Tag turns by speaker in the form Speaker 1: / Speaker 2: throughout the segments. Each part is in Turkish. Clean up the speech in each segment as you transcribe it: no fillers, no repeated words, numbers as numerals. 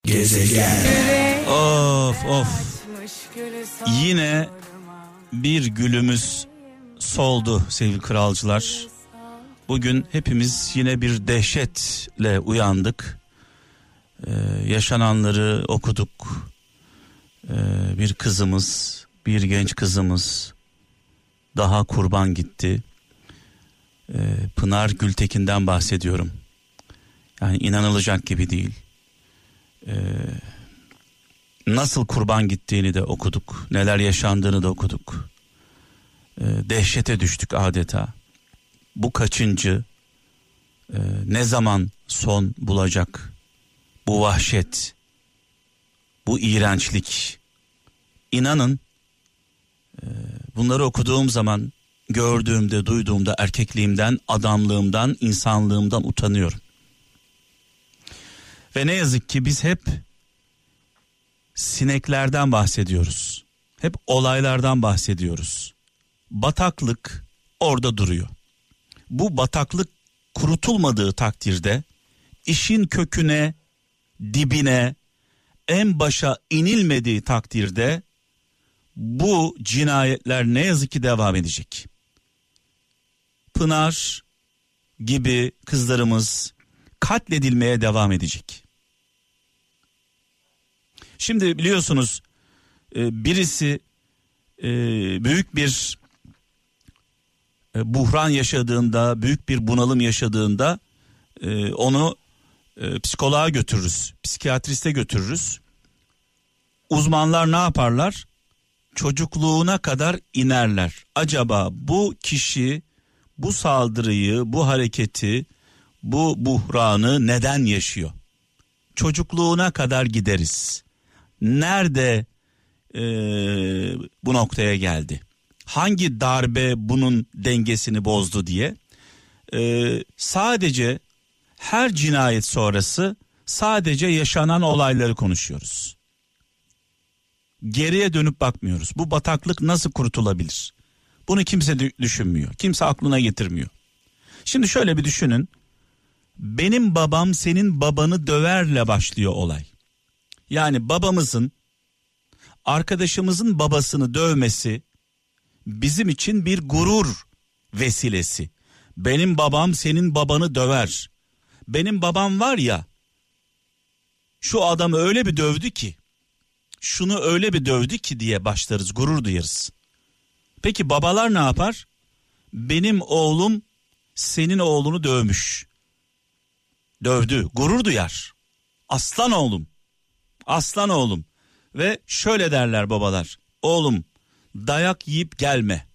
Speaker 1: Gezegen. Of. Yine bir gülümüz soldu sevgili kralcılar. Bugün hepimiz yine bir dehşetle uyandık. Yaşananları okuduk. Bir kızımız, bir genç kızımız daha kurban gitti. Pınar Gültekin'den bahsediyorum. Yani inanılacak gibi değil. Nasıl kurban gittiğini de okuduk. Neler yaşandığını da okuduk. Dehşete düştük adeta. Bu kaçıncı? Ne zaman son bulacak bu vahşet, bu iğrençlik? İnanın bunları okuduğum zaman, gördüğümde, duyduğumda erkekliğimden, adamlığımdan, insanlığımdan utanıyorum. Ve ne yazık ki biz hep sineklerden bahsediyoruz. Hep olaylardan bahsediyoruz. Bataklık orada duruyor. Bu bataklık kurutulmadığı takdirde işin köküne, dibine, en başa inilmediği takdirde bu cinayetler ne yazık ki devam edecek. Pınar gibi kızlarımız katledilmeye devam edecek. Şimdi biliyorsunuz birisi büyük bir buhran yaşadığında, büyük bir bunalım yaşadığında onu psikoloğa götürürüz, psikiyatriste götürürüz. Uzmanlar ne yaparlar? Çocukluğuna kadar inerler. Acaba bu kişi bu saldırıyı, bu hareketi, bu buhranı neden yaşıyor? Çocukluğuna kadar gideriz. Nerede bu noktaya geldi? Hangi darbe bunun dengesini bozdu diye? Sadece her cinayet sonrası sadece yaşanan olayları konuşuyoruz. Geriye dönüp bakmıyoruz. Bu bataklık nasıl kurtulabilir? Bunu kimse düşünmüyor. Kimse aklına getirmiyor. Şimdi şöyle bir düşünün. Benim babam senin babanı döverle başlıyor olay. Yani babamızın arkadaşımızın babasını dövmesi bizim için bir gurur vesilesi. Benim babam senin babanı döver. Benim babam var ya, şu adamı öyle bir dövdü ki, şunu öyle bir dövdü ki diye başlarız, gurur duyarız. Peki babalar ne yapar? Benim oğlum senin oğlunu dövmüş. Dövdü, gurur duyar. Aslan oğlum, aslan oğlum. Ve şöyle derler babalar: oğlum dayak yiyip gelme.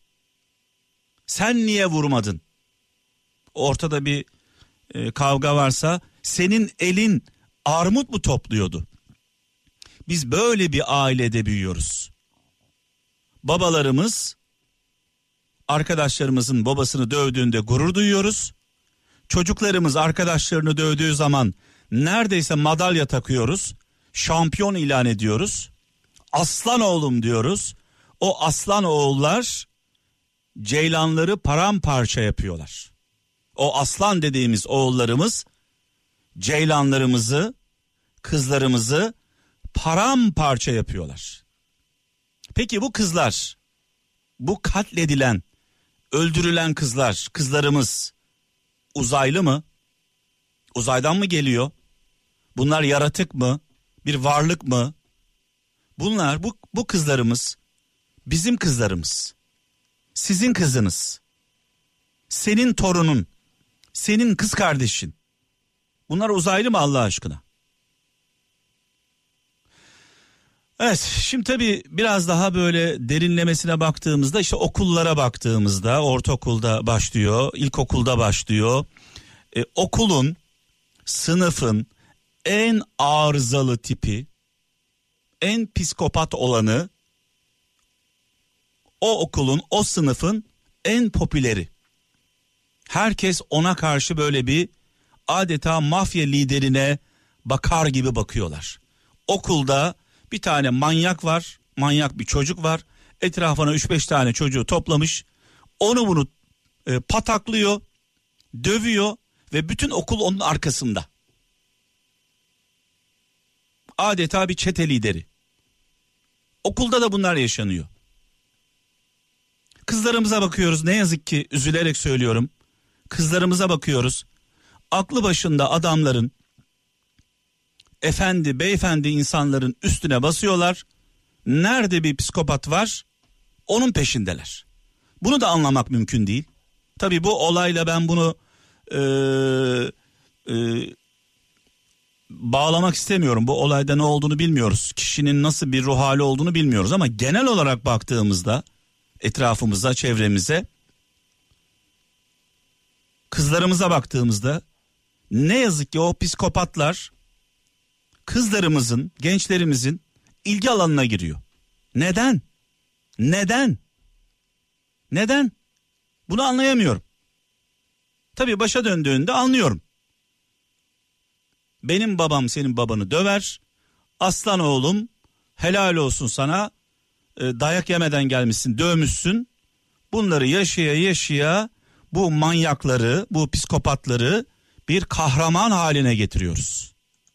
Speaker 1: Sen niye vurmadın? Ortada bir kavga varsa senin elin armut mu topluyordu? Biz böyle bir ailede büyüyoruz. Babalarımız arkadaşlarımızın babasını dövdüğünde gurur duyuyoruz. Çocuklarımız arkadaşlarını dövdüğü zaman neredeyse madalya takıyoruz. Şampiyon ilan ediyoruz. Aslan oğlum diyoruz. O aslan oğullar ceylanları paramparça yapıyorlar. O aslan dediğimiz oğullarımız ceylanlarımızı, kızlarımızı paramparça yapıyorlar. Peki bu kızlar, bu katledilen, öldürülen kızlar, kızlarımız uzaylı mı? Uzaydan mı geliyor? Bunlar yaratık mı? Bir varlık mı? Bunlar, bu kızlarımız bizim kızlarımız. Sizin kızınız. Senin torunun. Senin kız kardeşin. Bunlar uzaylı mı Allah aşkına? Evet, şimdi tabii biraz daha böyle derinlemesine baktığımızda, işte okullara baktığımızda, ortaokulda başlıyor, ilkokulda başlıyor. Okulun, sınıfın en arızalı tipi, en psikopat olanı, o okulun, o sınıfın en popüleri. Herkes ona karşı böyle bir adeta mafya liderine bakar gibi bakıyorlar. Okulda bir tane manyak var, manyak bir çocuk var. Etrafına 3-5 tane çocuğu toplamış. Onu bunu pataklıyor, dövüyor ve bütün okul onun arkasında. Adeta bir çete lideri. Okulda da bunlar yaşanıyor. Kızlarımıza bakıyoruz, ne yazık ki üzülerek söylüyorum. Kızlarımıza bakıyoruz. Aklı başında adamların, efendi, beyefendi insanların üstüne basıyorlar. Nerede bir psikopat var, onun peşindeler. Bunu da anlamak mümkün değil. Tabii bu olayla ben bunu bağlamak istemiyorum. Bu olayda ne olduğunu bilmiyoruz. Kişinin nasıl bir ruh hali olduğunu bilmiyoruz. Ama genel olarak baktığımızda etrafımıza, çevremize, kızlarımıza baktığımızda ne yazık ki o psikopatlar kızlarımızın, gençlerimizin ilgi alanına giriyor. Neden? Neden? Neden? Bunu anlayamıyorum. Tabii başa döndüğünde anlıyorum. Benim babam senin babanı döver. Aslan oğlum, helal olsun sana. Dayak yemeden gelmişsin, dövmüşsün. Bunları yaşaya yaşaya bu manyakları, bu psikopatları bir kahraman haline getiriyoruz.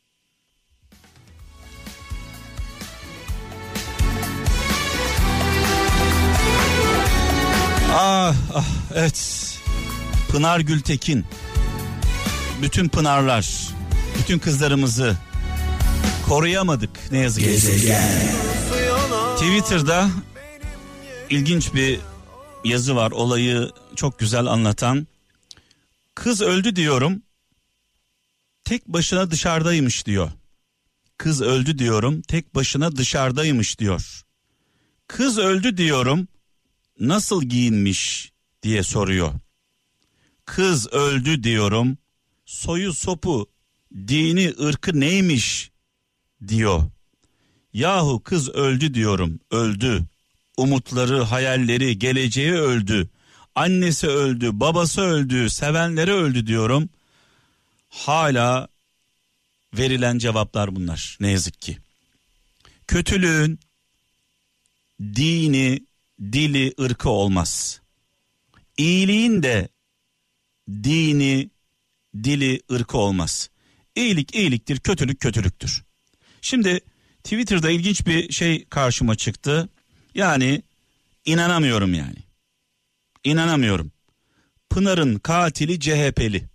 Speaker 1: Evet. Pınar Gültekin, bütün Pınarlar, bütün kızlarımızı koruyamadık ne yazık ki. Twitter'da ilginç bir yazı var, olayı çok güzel anlatan. Kız öldü diyorum, tek başına dışarıdaymış diyor. Kız öldü diyorum, tek başına dışarıdaymış diyor. Kız öldü diyorum, nasıl giyinmiş diye soruyor. Kız öldü diyorum, soyu sopu, dini, ırkı neymiş diyor. Yahu kız öldü diyorum, öldü. Umutları, hayalleri, geleceği öldü. Annesi öldü, babası öldü, sevenleri öldü diyorum. Hala verilen cevaplar bunlar ne yazık ki. Kötülüğün dini, dili, ırkı olmaz. İyiliğin de dini, dili, ırkı olmaz. İyilik iyiliktir, kötülük kötülüktür. Şimdi Twitter'da ilginç bir şey karşıma çıktı. Yani inanamıyorum yani. İnanamıyorum. Pınar'ın katili CHP'li.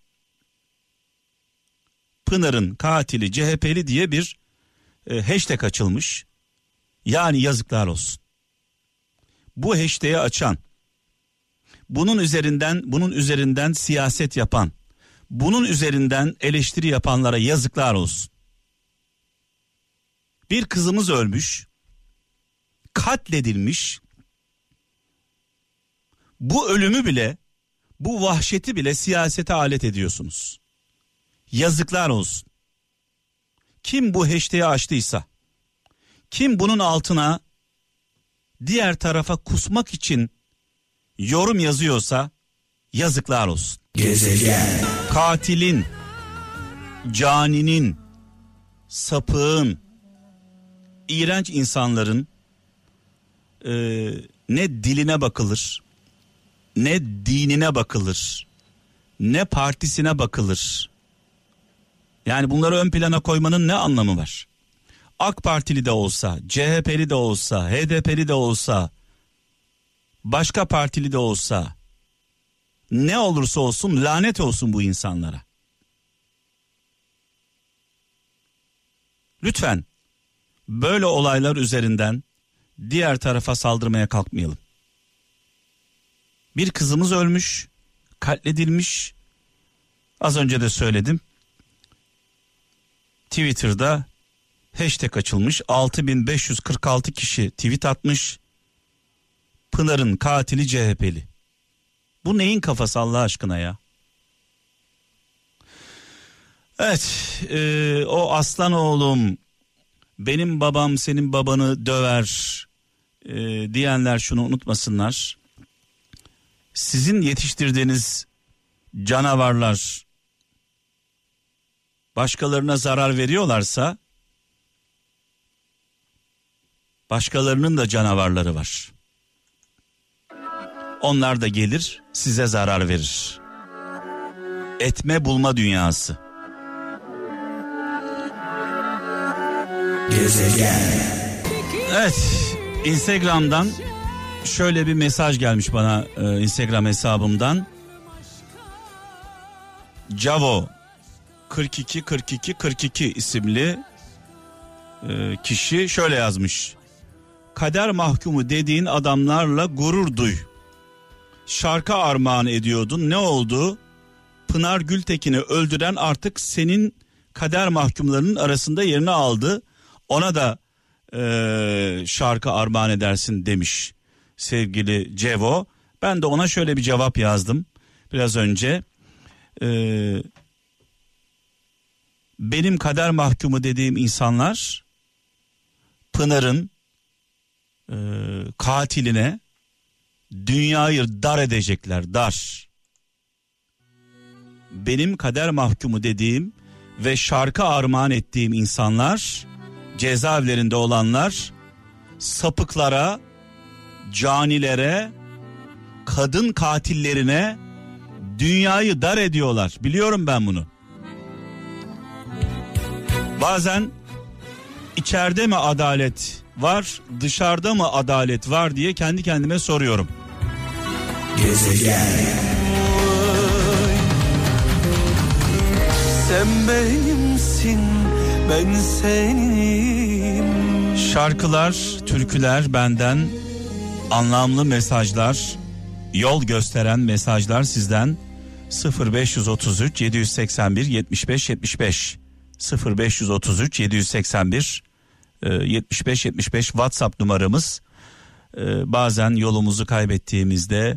Speaker 1: Pınar'ın katili CHP'li diye bir hashtag açılmış. Yani yazıklar olsun. Bu hashtag'i açan, bunun üzerinden siyaset yapan, bunun üzerinden eleştiri yapanlara yazıklar olsun. Bir kızımız ölmüş, katledilmiş. Bu ölümü bile, bu vahşeti bile siyasete alet ediyorsunuz. Yazıklar olsun. Kim bu hashtag'i açtıysa, kim bunun altına diğer tarafa kusmak için yorum yazıyorsa yazıklar olsun. Gezegen. Katilin, caninin, sapığın, iğrenç insanların ne diline bakılır, ne dinine bakılır, ne partisine bakılır. Yani bunları ön plana koymanın ne anlamı var? AK Partili de olsa, CHP'li de olsa, HDP'li de olsa, başka partili de olsa, ne olursa olsun lanet olsun bu insanlara. Lütfen böyle olaylar üzerinden diğer tarafa saldırmaya kalkmayalım. Bir kızımız ölmüş, katledilmiş. Az önce de söyledim. Twitter'da hashtag açılmış. 6546 kişi tweet atmış. Pınar'ın katili CHP'li. Bu neyin kafası Allah aşkına ya? Evet, o aslan oğlum, benim babam senin babanı döver diyenler şunu unutmasınlar. Sizin yetiştirdiğiniz canavarlar başkalarına zarar veriyorlarsa başkalarının da canavarları var. Onlar da gelir size zarar verir. Etme bulma dünyası. Evet, Instagram'dan şöyle bir mesaj gelmiş bana, Instagram hesabımdan. Cavo 42 isimli kişi şöyle yazmış. Kader mahkumu dediğin adamlarla gurur duy. Şarkı armağan ediyordun, ne oldu? Pınar Gültekin'i öldüren artık senin kader mahkumlarının arasında yerini aldı. Ona da şarkı armağan edersin demiş sevgili Cevo. Ben de ona şöyle bir cevap yazdım biraz önce. Benim kader mahkumu dediğim insanlar Pınar'ın katiline dünyayı dar edecekler, dar. Benim kader mahkumu dediğim ve şarkı armağan ettiğim insanlar, cezaevlerinde olanlar, sapıklara, canilere, kadın katillerine dünyayı dar ediyorlar. Biliyorum ben bunu. Bazen içeride mi adalet var, dışarıda mı adalet var diye kendi kendime soruyorum.
Speaker 2: Gezegen. Sen benimsin, ben senim.
Speaker 1: Şarkılar, türküler benden, anlamlı mesajlar, yol gösteren mesajlar sizden. 0533 781 75 75 0533 781 75 75 WhatsApp numaramız. Bazen yolumuzu kaybettiğimizde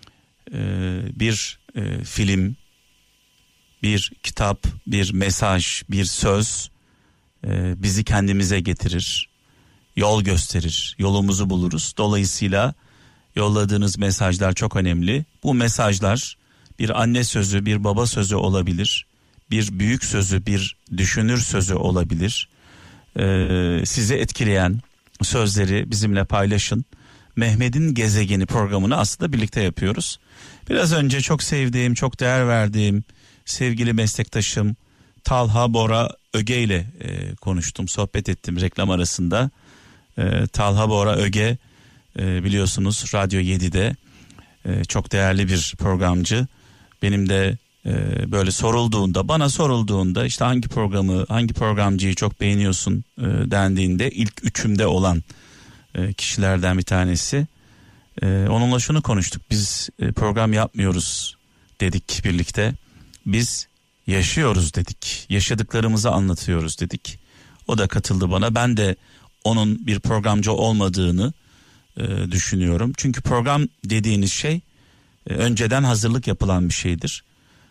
Speaker 1: bir film, bir kitap, bir mesaj, bir söz bizi kendimize getirir, yol gösterir, yolumuzu buluruz. Dolayısıyla yolladığınız mesajlar çok önemli. Bu mesajlar bir anne sözü, bir baba sözü olabilir, bir büyük sözü, bir düşünür sözü olabilir. Sizi etkileyen sözleri bizimle paylaşın. Mehmet'in Gezegeni programını aslında birlikte yapıyoruz. Biraz önce çok sevdiğim, çok değer verdiğim sevgili meslektaşım Talha Bora Öge ile konuştum, sohbet ettim reklam arasında. Talha Bora Öge biliyorsunuz Radyo 7'de çok değerli bir programcı. Benim de böyle bana sorulduğunda işte hangi programcıyı çok beğeniyorsun dendiğinde ilk üçümde olan kişilerden bir tanesi. Onunla şunu konuştuk, biz program yapmıyoruz dedik birlikte, biz yaşıyoruz dedik, yaşadıklarımızı anlatıyoruz dedik. O da katıldı bana. Ben de onun bir programcı olmadığını düşünüyorum. Çünkü program dediğiniz şey önceden hazırlık yapılan bir şeydir.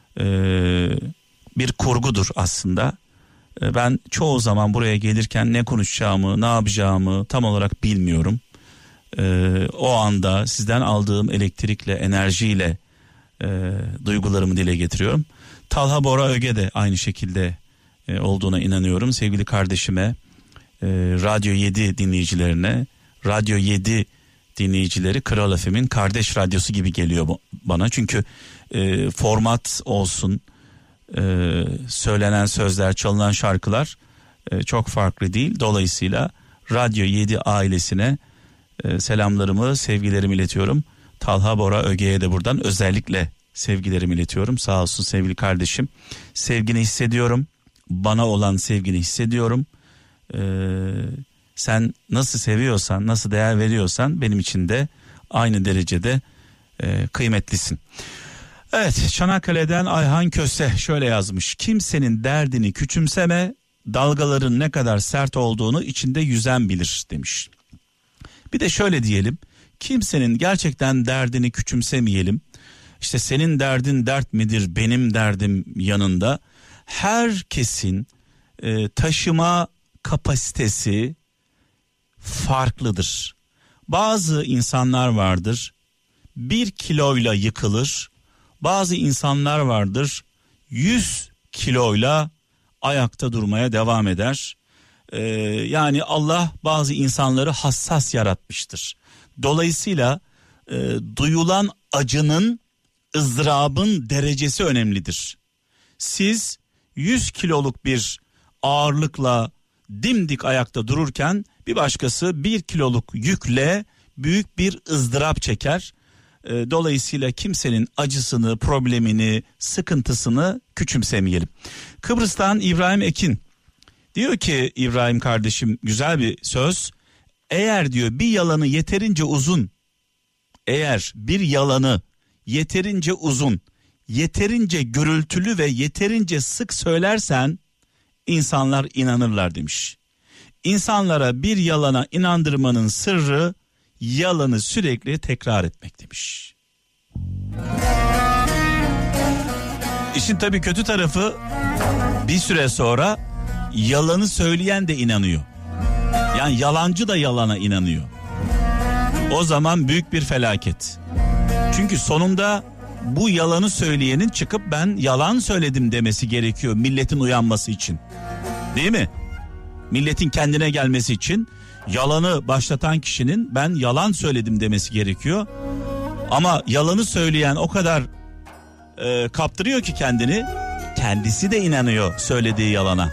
Speaker 1: Bir kurgudur aslında. Ben çoğu zaman buraya gelirken ne konuşacağımı, ne yapacağımı tam olarak bilmiyorum. O anda sizden aldığım elektrikle, enerjiyle duygularımı dile getiriyorum. Talha Bora Öge de aynı şekilde olduğuna inanıyorum. Sevgili kardeşime, Radyo 7 dinleyicilerine, Radyo 7 dinleyicileri Kral FM'in kardeş radyosu gibi geliyor bana. Çünkü format olsun, söylenen sözler, çalınan şarkılar çok farklı değil. Dolayısıyla Radyo 7 ailesine selamlarımı, sevgilerimi iletiyorum. Talha Bora Öge'ye de buradan özellikle sevgilerimi iletiyorum. Sağ olsun sevgili kardeşim. Sevgini hissediyorum. Bana olan sevgini hissediyorum. Sen nasıl seviyorsan, nasıl değer veriyorsan benim için de aynı derecede kıymetlisin. Evet, Çanakkale'den Ayhan Köse şöyle yazmış. Kimsenin derdini küçümseme, dalgaların ne kadar sert olduğunu içinde yüzen bilir demiş. Bir de şöyle diyelim, kimsenin gerçekten derdini küçümsemeyelim. İşte senin derdin dert midir, benim derdim yanında. Herkesin taşıma kapasitesi farklıdır. Bazı insanlar vardır 1 kiloyla yıkılır. Bazı insanlar vardır 100 kiloyla ayakta durmaya devam eder. Yani Allah bazı insanları hassas yaratmıştır. Dolayısıyla duyulan acının, ızdırabın derecesi önemlidir. Siz 100 kiloluk bir ağırlıkla dimdik ayakta dururken bir başkası 1 kiloluk yükle büyük bir ızdırap çeker. Dolayısıyla kimsenin acısını, problemini, sıkıntısını küçümsemeyelim. Kıbrıs'tan İbrahim Ekin diyor ki, İbrahim kardeşim güzel bir söz. Eğer diyor bir yalanı yeterince uzun, eğer bir yalanı yeterince uzun, yeterince gürültülü ve yeterince sık söylersen insanlar inanırlar demiş. İnsanlara bir yalana inandırmanın sırrı yalanı sürekli tekrar etmek demiş. İşin tabii kötü tarafı, bir süre sonra yalanı söyleyen de inanıyor. Yani yalancı da yalana inanıyor. O zaman büyük bir felaket. Çünkü sonunda bu yalanı söyleyenin çıkıp ben yalan söyledim demesi gerekiyor milletin uyanması için. Değil mi? Milletin kendine gelmesi için yalanı başlatan kişinin ben yalan söyledim demesi gerekiyor. Ama yalanı söyleyen o kadar kaptırıyor ki kendini, kendisi de inanıyor söylediği yalana.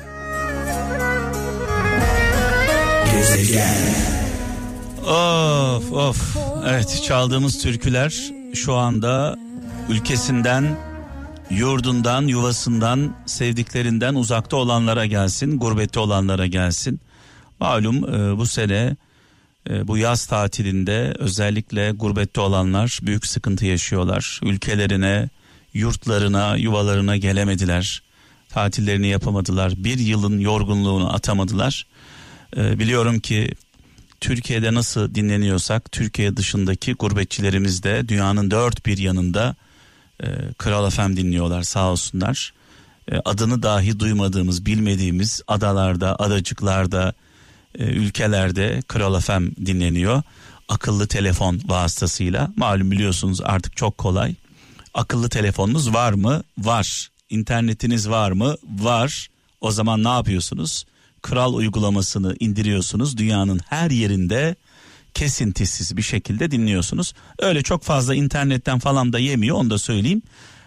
Speaker 1: Of of. Evet, çaldığımız türküler şu anda ülkesinden, yurdundan, yuvasından, sevdiklerinden uzakta olanlara gelsin, gurbette olanlara gelsin. Malum bu sene bu yaz tatilinde özellikle gurbette olanlar büyük sıkıntı yaşıyorlar. Ülkelerine, yurtlarına, yuvalarına gelemediler. Tatillerini yapamadılar. Bir yılın yorgunluğunu atamadılar. Biliyorum ki Türkiye'de nasıl dinleniyorsak Türkiye dışındaki gurbetçilerimiz de dünyanın dört bir yanında Kral FM dinliyorlar, sağ olsunlar. Adını dahi duymadığımız, bilmediğimiz adalarda, adacıklarda, ülkelerde Kral FM dinleniyor. Akıllı telefon vasıtasıyla. Malum biliyorsunuz artık çok kolay. Akıllı telefonunuz var mı? Var. İnternetiniz var mı? Var. O zaman ne yapıyorsunuz? Kral uygulamasını indiriyorsunuz. Dünyanın her yerinde kesintisiz bir şekilde dinliyorsunuz. Öyle çok fazla internetten falan da yemiyor, onu da söyleyeyim.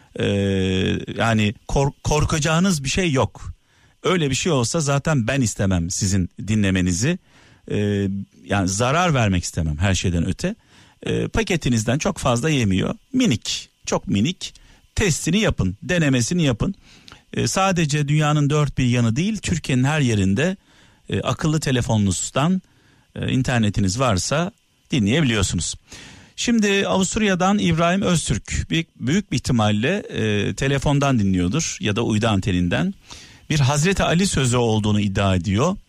Speaker 1: Yani korkacağınız bir şey yok. Öyle bir şey olsa zaten ben istemem sizin dinlemenizi. Yani zarar vermek istemem her şeyden öte. Paketinizden çok fazla yemiyor. Minik, çok minik. Testini yapın, denemesini yapın. Sadece dünyanın dört bir yanı değil, Türkiye'nin her yerinde akıllı telefonunuzdan internetiniz varsa dinleyebiliyorsunuz. Şimdi Avusturya'dan İbrahim Öztürk büyük bir ihtimalle telefondan dinliyordur ya da uydu anteninden. Bir Hazreti Ali sözü olduğunu iddia ediyor.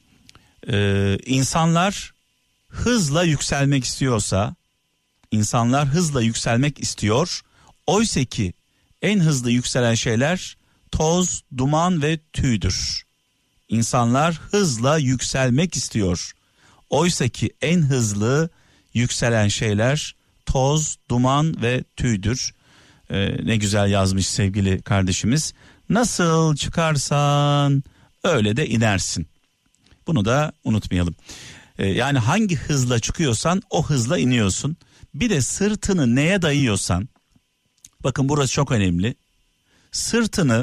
Speaker 1: İnsanlar hızla yükselmek istiyorsa, insanlar hızla yükselmek istiyor. Oysa ki en hızlı yükselen şeyler toz, duman ve tüydür. İnsanlar hızla yükselmek istiyor. Oysa ki en hızlı yükselen şeyler toz, duman ve tüydür. Ne güzel yazmış sevgili kardeşimiz. Nasıl çıkarsan öyle de inersin. Bunu da unutmayalım. Yani hangi hızla çıkıyorsan o hızla iniyorsun. Bir de sırtını neye dayıyorsan, bakın burası çok önemli. Sırtını,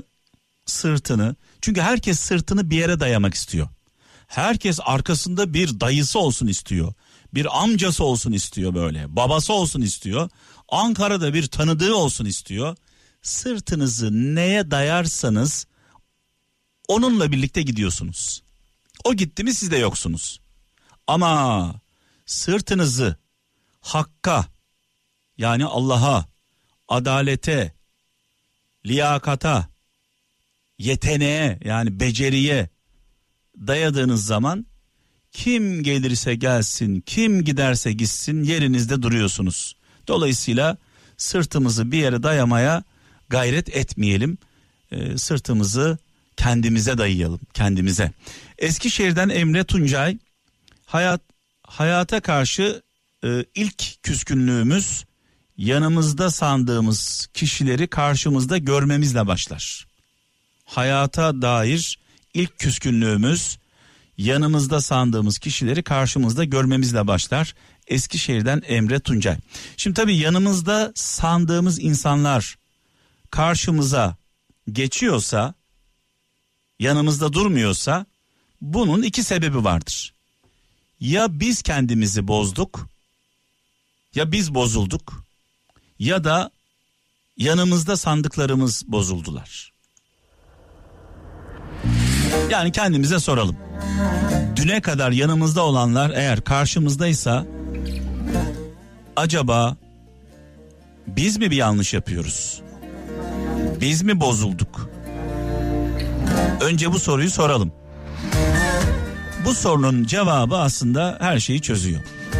Speaker 1: çünkü herkes sırtını bir yere dayamak istiyor. Herkes arkasında bir dayısı olsun istiyor. Bir amcası olsun istiyor böyle. Babası olsun istiyor. Ankara'da bir tanıdığı olsun istiyor. Sırtınızı neye dayarsanız onunla birlikte gidiyorsunuz. O gitti mi siz de yoksunuz. Ama sırtınızı hakka, yani Allah'a, adalete, liyakata, yeteneğe, yani beceriye dayadığınız zaman kim gelirse gelsin, kim giderse gitsin yerinizde duruyorsunuz. Dolayısıyla sırtımızı bir yere dayamaya gayret etmeyelim. Sırtımızı kendimize dayayalım, kendimize. Eskişehir'den Emre Tuncay, hayata karşı ilk küskünlüğümüz yanımızda sandığımız kişileri karşımızda görmemizle başlar. Hayata dair ilk küskünlüğümüz yanımızda sandığımız kişileri karşımızda görmemizle başlar. Eskişehir'den Emre Tuncay. Şimdi tabii yanımızda sandığımız insanlar karşımıza geçiyorsa, yanımızda durmuyorsa Bunun iki sebebi vardır. Ya biz kendimizi bozduk, ya biz bozulduk, ya da yanımızda sandıklarımız bozuldular. Yani kendimize soralım. Düne kadar yanımızda olanlar eğer karşımızdaysa acaba biz mi bir yanlış yapıyoruz? Biz mi bozulduk? Önce bu soruyu soralım. Bu sorunun cevabı aslında her şeyi çözüyor.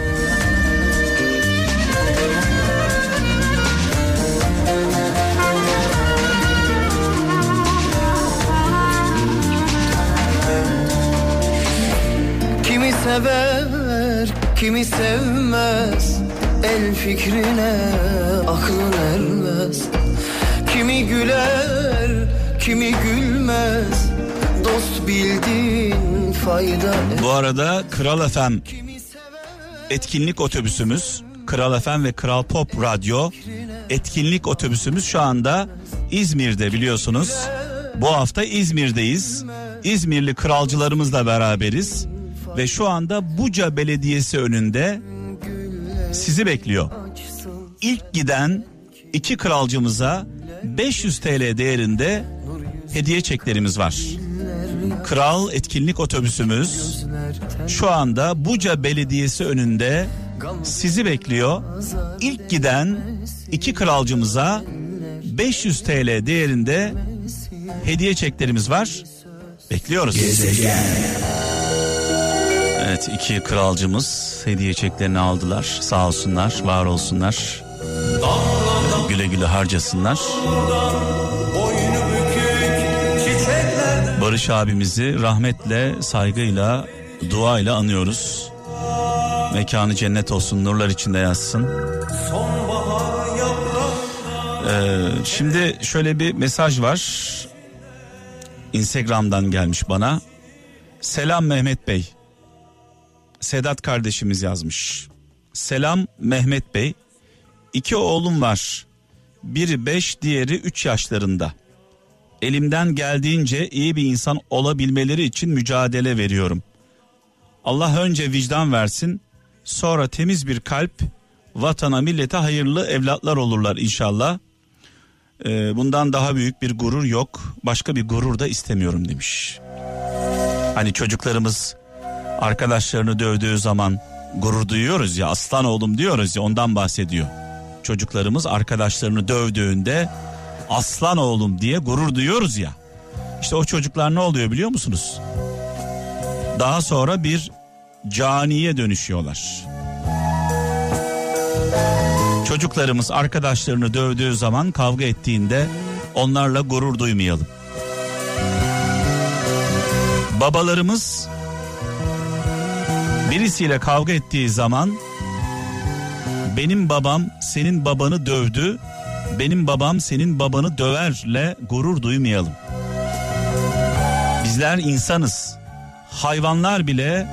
Speaker 2: Kimi sever, kimi sevmez, el fikrine aklın ermez. Kimi güler, kimi gülmez, dost bildiğin fayda.
Speaker 1: Bu arada Kral FM etkinlik otobüsümüz, Kral FM ve Kral Pop Radyo etkinlik otobüsümüz şu anda İzmir'de, biliyorsunuz. Bu hafta İzmir'deyiz. İzmirli kralcılarımızla beraberiz ve şu anda Buca Belediyesi önünde sizi bekliyor. İlk giden 2 kralcımıza 500 TL değerinde hediye çeklerimiz var. Kral etkinlik otobüsümüz şu anda Buca Belediyesi önünde sizi bekliyor. İlk giden 2 kralcımıza 500 TL değerinde hediye çeklerimiz var. Bekliyoruz. Evet, 2 kralcımız hediye çeklerini aldılar. Sağ olsunlar, var olsunlar. Güle güle harcasınlar. Barış abimizi rahmetle, saygıyla, duayla anıyoruz. Mekanı cennet olsun, nurlar içinde yatsın. Şimdi şöyle bir mesaj var. Instagram'dan gelmiş bana. Selam Mehmet Bey. Sedat kardeşimiz yazmış. Selam Mehmet Bey. 2 oğlum var. Biri 5, diğeri 3 yaşlarında. Elimden geldiğince iyi bir insan olabilmeleri için mücadele veriyorum. Allah önce vicdan versin, sonra temiz bir kalp, vatana millete hayırlı evlatlar olurlar inşallah. Bundan daha büyük bir gurur yok. Başka bir gurur da istemiyorum demiş. Hani çocuklarımız arkadaşlarını dövdüğü zaman gurur duyuyoruz ya, aslan oğlum diyoruz ya, ondan bahsediyor. Çocuklarımız arkadaşlarını dövdüğünde aslan oğlum diye gurur duyuyoruz ya. İşte o çocuklar ne oluyor biliyor musunuz? Daha sonra bir caniye dönüşüyorlar. Çocuklarımız arkadaşlarını dövdüğü zaman, kavga ettiğinde onlarla gurur duymayalım. Babalarımız birisiyle kavga ettiği zaman benim babam senin babanı dövdü, benim babam senin babanı döverle gurur duymayalım. Bizler insanız. Hayvanlar bile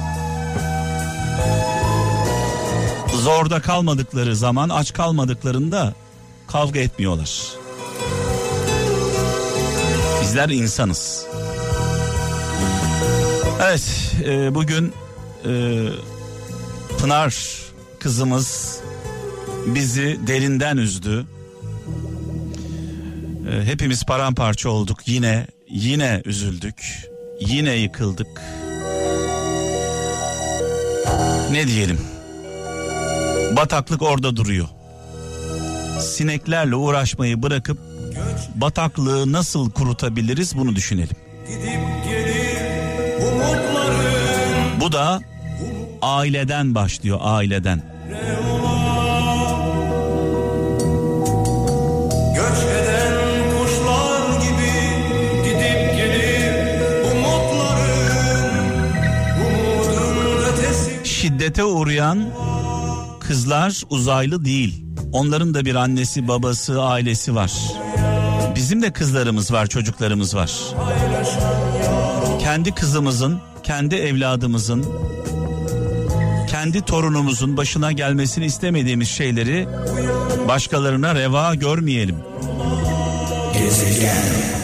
Speaker 1: zorda kalmadıkları zaman, aç kalmadıklarında kavga etmiyorlar. Bizler insanız. Evet, bugün Pınar kızımız bizi derinden üzdü. Hepimiz paramparça olduk. Yine üzüldük. Yine yıkıldık. Ne diyelim? Bataklık orada duruyor. Sineklerle uğraşmayı bırakıp bataklığı nasıl kurutabiliriz, bunu düşünelim. Bu da aileden başlıyor, aileden. Şiddete uğrayan kızlar uzaylı değil. Onların da bir annesi, babası, ailesi var. Bizim de kızlarımız var, çocuklarımız var. Kendi kızımızın, kendi evladımızın, kendi torunumuzun başına gelmesini istemediğimiz şeyleri başkalarına reva görmeyelim. Gezegen.